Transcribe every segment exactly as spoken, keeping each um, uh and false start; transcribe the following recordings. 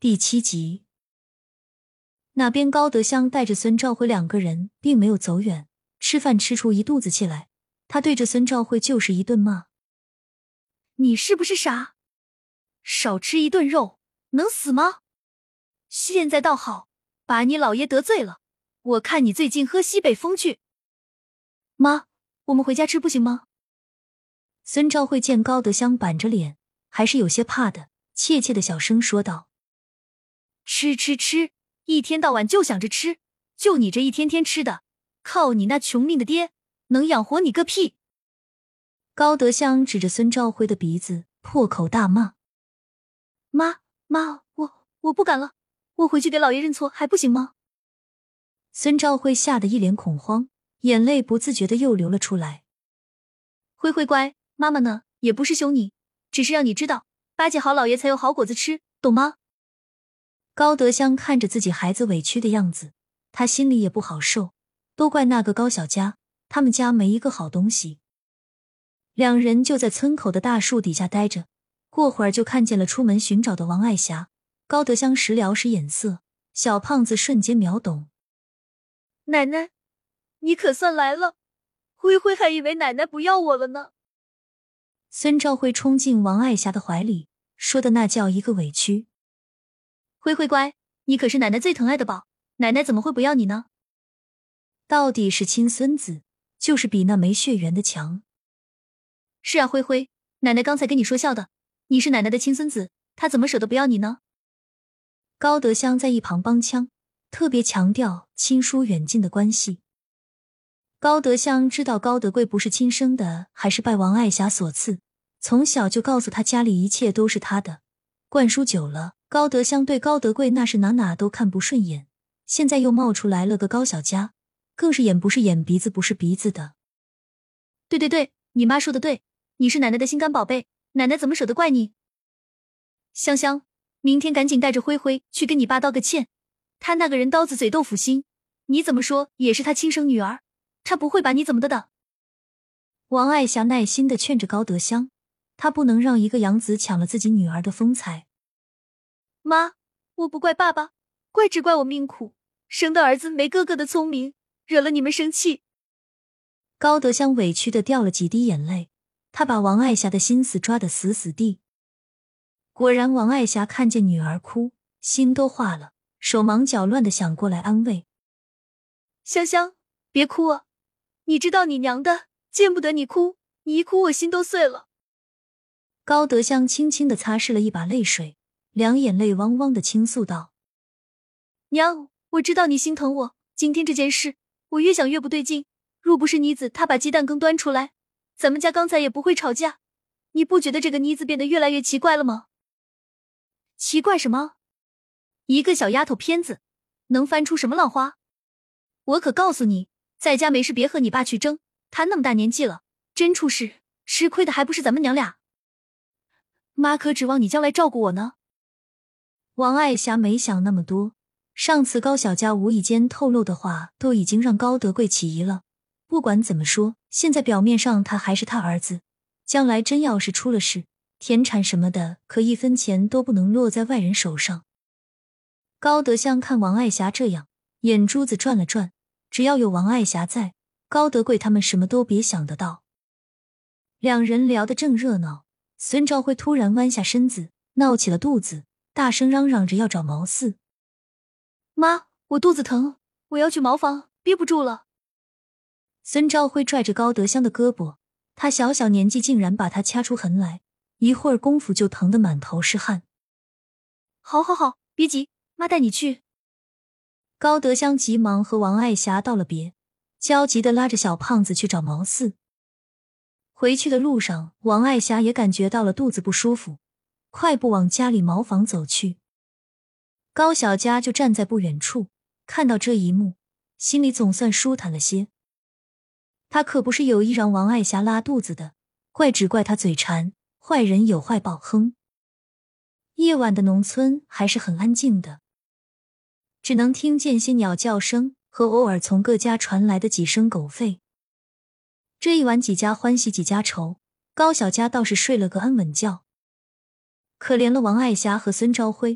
第七集。那边高德香带着孙兆辉两个人并没有走远，吃饭吃出一肚子气来，他对着孙兆辉就是一顿骂： 你是不是傻？少吃一顿肉能死吗？现在倒好，把你老爷得罪了，我看你最近喝西北风去。妈，我们回家吃不行吗？ 孙兆辉见高德香板着脸，还是有些怕的，怯怯的小声说道： 吃吃吃，一天到晚就想着吃，就你这一天天吃的，靠你那穷命的爹能养活你个屁！ 高德香指着孙兆辉的鼻子破口大骂： 妈妈，我我不敢了，我回去给老爷认错还不行吗？ 孙兆辉吓得一脸恐慌，眼泪不自觉的又流了出来。 辉辉乖，妈妈呢也不是凶你，只是让你知道巴结好老爷才有好果子吃，懂吗？ 高德香看着自己孩子委屈的样子，他心里也不好受，都怪那个高小佳，他们家没一个好东西。两人就在村口的大树底下待着，过会儿就看见了出门寻找的王爱霞。高德香识了识眼色，小胖子瞬间秒懂。 奶奶，你可算来了，辉辉还以为奶奶不要我了呢。 孙兆辉冲进王爱霞的怀里，说的那叫一个委屈。 辉辉乖，你可是奶奶最疼爱的宝，奶奶怎么会不要你呢？ 到底是亲孙子，就是比那没血缘的强。 是啊，辉辉，奶奶刚才跟你说笑的，你是奶奶的亲孙子，她怎么舍得不要你呢？ 高德香在一旁帮腔，特别强调亲疏远近的关系。高德香知道高德贵不是亲生的，还是拜王爱霞所赐，从小就告诉他家里一切都是他的，灌输久了，高德香对高德贵那是哪哪都看不顺眼，现在又冒出来了个高小佳，更是眼不是眼鼻子不是鼻子的。 对对对，你妈说的对，你是奶奶的心肝宝贝，奶奶怎么舍得怪你？香香，明天赶紧带着辉辉去跟你爸道个歉，他那个人刀子嘴豆腐心，你怎么说也是他亲生女儿，他不会把你怎么的的。 王爱霞耐心地劝着高德香，她不能让一个养子抢了自己女儿的风采。 妈，我不怪爸爸，怪只怪我命苦，生的儿子没哥哥的聪明，惹了你们生气。 高德香委屈地掉了几滴眼泪，她把王爱霞的心思抓得死死地。果然王爱霞看见女儿哭，心都化了，手忙脚乱地想过来安慰。 香香，别哭啊，你知道你娘的，见不得你哭，你一哭我心都碎了。 高德香轻轻地擦拭了一把泪水，两眼泪汪汪地倾诉道： 娘，我知道你心疼我，今天这件事我越想越不对劲，若不是妮子她把鸡蛋羹端出来，咱们家刚才也不会吵架，你不觉得这个妮子变得越来越奇怪了吗？奇怪什么？一个小丫头片子能翻出什么浪花？我可告诉你，在家没事别和你爸去争，他那么大年纪了，真出事吃亏的还不是咱们娘俩。妈可指望你将来照顾我呢。 王爱霞没想那么多，上次高小佳无意间透露的话都已经让高德贵起疑了，不管怎么说，现在表面上他还是他儿子，将来真要是出了事，田产什么的可一分钱都不能落在外人手上。高德香看王爱霞这样，眼珠子转了转，只要有王爱霞在，高德贵他们什么都别想得到。两人聊得正热闹，孙兆辉突然弯下身子，闹起了肚子，大声嚷嚷着要找毛四。 妈，我肚子疼，我要去茅房，憋不住了。 孙兆辉拽着高德香的胳膊，他小小年纪竟然把他掐出痕来，一会儿功夫就疼得满头是汗。 好好好，别急，妈带你去。 高德香急忙和王爱霞道了别，焦急地拉着小胖子去找毛四。回去的路上，王爱霞也感觉到了肚子不舒服，快步往家里茅房走去。高小佳就站在不远处，看到这一幕，心里总算舒坦了些。他可不是有意让王爱霞拉肚子的，怪只怪他嘴馋，坏人有坏报。哼。夜晚的农村还是很安静的，只能听见些鸟叫声和偶尔从各家传来的几声狗吠。这一晚几家欢喜几家愁，高小佳倒是睡了个安稳觉。可怜了王爱霞和孙朝辉，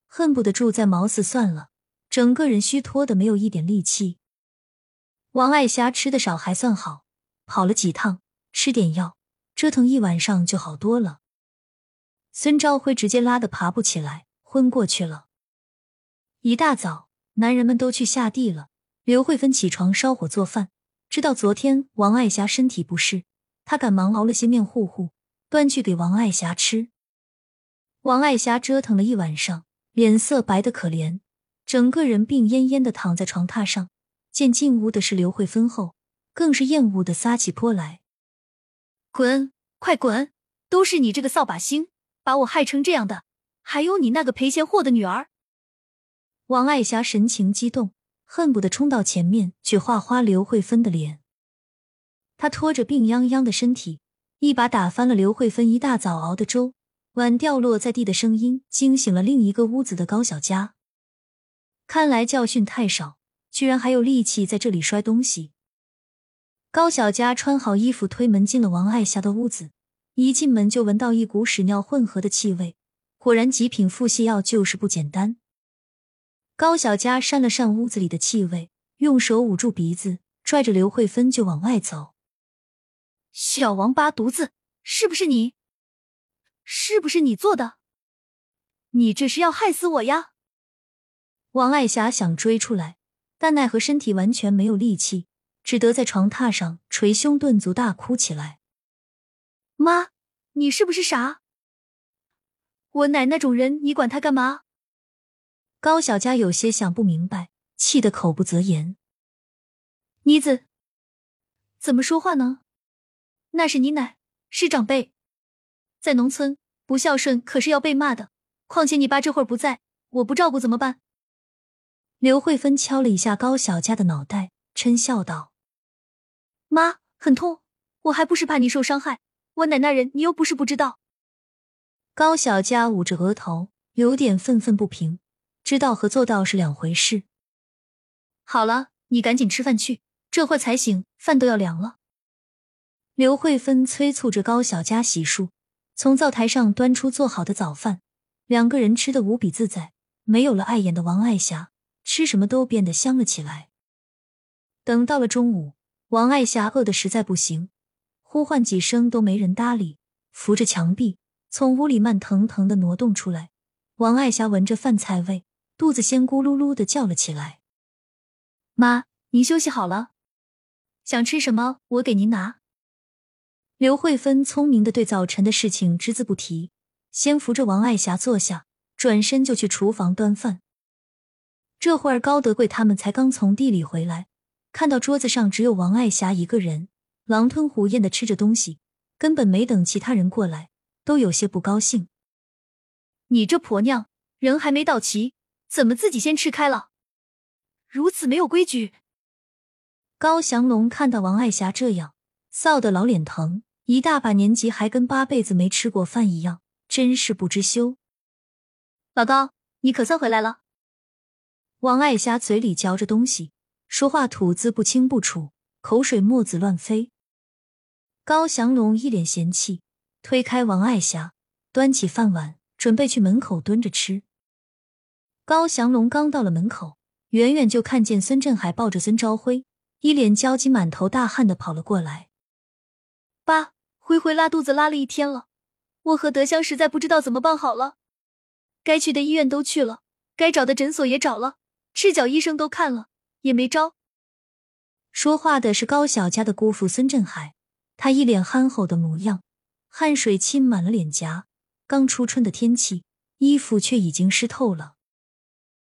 恨不得住在茅寺算了，整个人虚脱的没有一点力气。王爱霞吃的少还算好，跑了几趟，吃点药，折腾一晚上就好多了。孙昭辉直接拉得爬不起来，昏过去了。一大早，男人们都去下地了，刘慧芬起床烧火做饭，知道昨天王爱霞身体不适，她赶忙熬了些面糊糊，端去给王爱霞吃。王爱霞折腾了一晚上，脸色白得可怜，整个人病恹恹地躺在床榻上，见进屋的是刘慧芬后，更是厌恶地撒起泼来。 滚，快滚！都是你这个扫把星，把我害成这样的，还有你那个赔钱货的女儿。 王爱霞神情激动，恨不得冲到前面去画花刘慧芬的脸。她拖着病殃殃的身体，一把打翻了刘慧芬一大早熬的粥，碗掉落在地的声音惊醒了另一个屋子的高小佳。看来教训太少，居然还有力气在这里摔东西。高小佳穿好衣服推门进了王爱霞的屋子，一进门就闻到一股屎尿混合的气味，果然极品腹泻药就是不简单。高小佳扇了扇屋子里的气味，用手捂住鼻子，拽着刘慧芬就往外走。 小王八犊子，是不是你？是不是你做的？你这是要害死我呀！ 王爱霞想追出来，但奈何身体完全没有力气，只得在床榻上捶胸顿足大哭起来。 妈，你是不是傻？我奶那种人，你管她干嘛？ 高小佳有些想不明白，气得口不择言。 妮子，怎么说话呢？那是你奶，是长辈。在农村，不孝顺可是要被骂的。况且你爸这会儿不在，我不照顾怎么办？ 刘慧芬敲了一下高小佳的脑袋，嗔笑道： 妈，很痛，我还不是怕你受伤害，我奶那人你又不是不知道。 高小佳捂着额头，有点愤愤不平，知道和做到是两回事。 好了，你赶紧吃饭去，这会才醒，饭都要凉了。 刘慧芬催促着高小佳洗漱，从灶台上端出做好的早饭，两个人吃得无比自在，没有了碍眼的王爱霞，吃什么都变得香了起来。等到了中午，王爱霞饿得实在不行，呼唤几声都没人搭理，扶着墙壁从屋里慢腾腾地挪动出来。王爱霞闻着饭菜味，肚子先咕噜噜地叫了起来。 妈，您休息好了，想吃什么我给您拿。 刘慧芬聪明地对早晨的事情只字不提，先扶着王爱霞坐下，转身就去厨房端饭。这会儿高德贵他们才刚从地里回来，看到桌子上只有王爱霞一个人，狼吞虎咽地吃着东西，根本没等其他人过来，都有些不高兴。 你这婆娘，人还没到齐，怎么自己先吃开了？如此没有规矩。 高祥龙看到王爱霞这样，臊得老脸疼，一大把年纪还跟八辈子没吃过饭一样，真是不知羞。 老高，你可算回来了。 王爱霞嘴里嚼着东西，说话吐字不清不楚，口水沫子乱飞。高祥龙一脸嫌弃，推开王爱霞，端起饭碗，准备去门口蹲着吃。高祥龙刚到了门口，远远就看见孙振海抱着孙朝辉，一脸焦急满头大汗地跑了过来。 爸，灰灰拉肚子拉了一天了，我和德香实在不知道怎么办好了。该去的医院都去了，该找的诊所也找了，赤脚医生都看了，也没招。 说话的是高小佳的姑父孙振海，他一脸憨厚的模样，汗水浸满了脸颊，刚初春的天气，衣服却已经湿透了。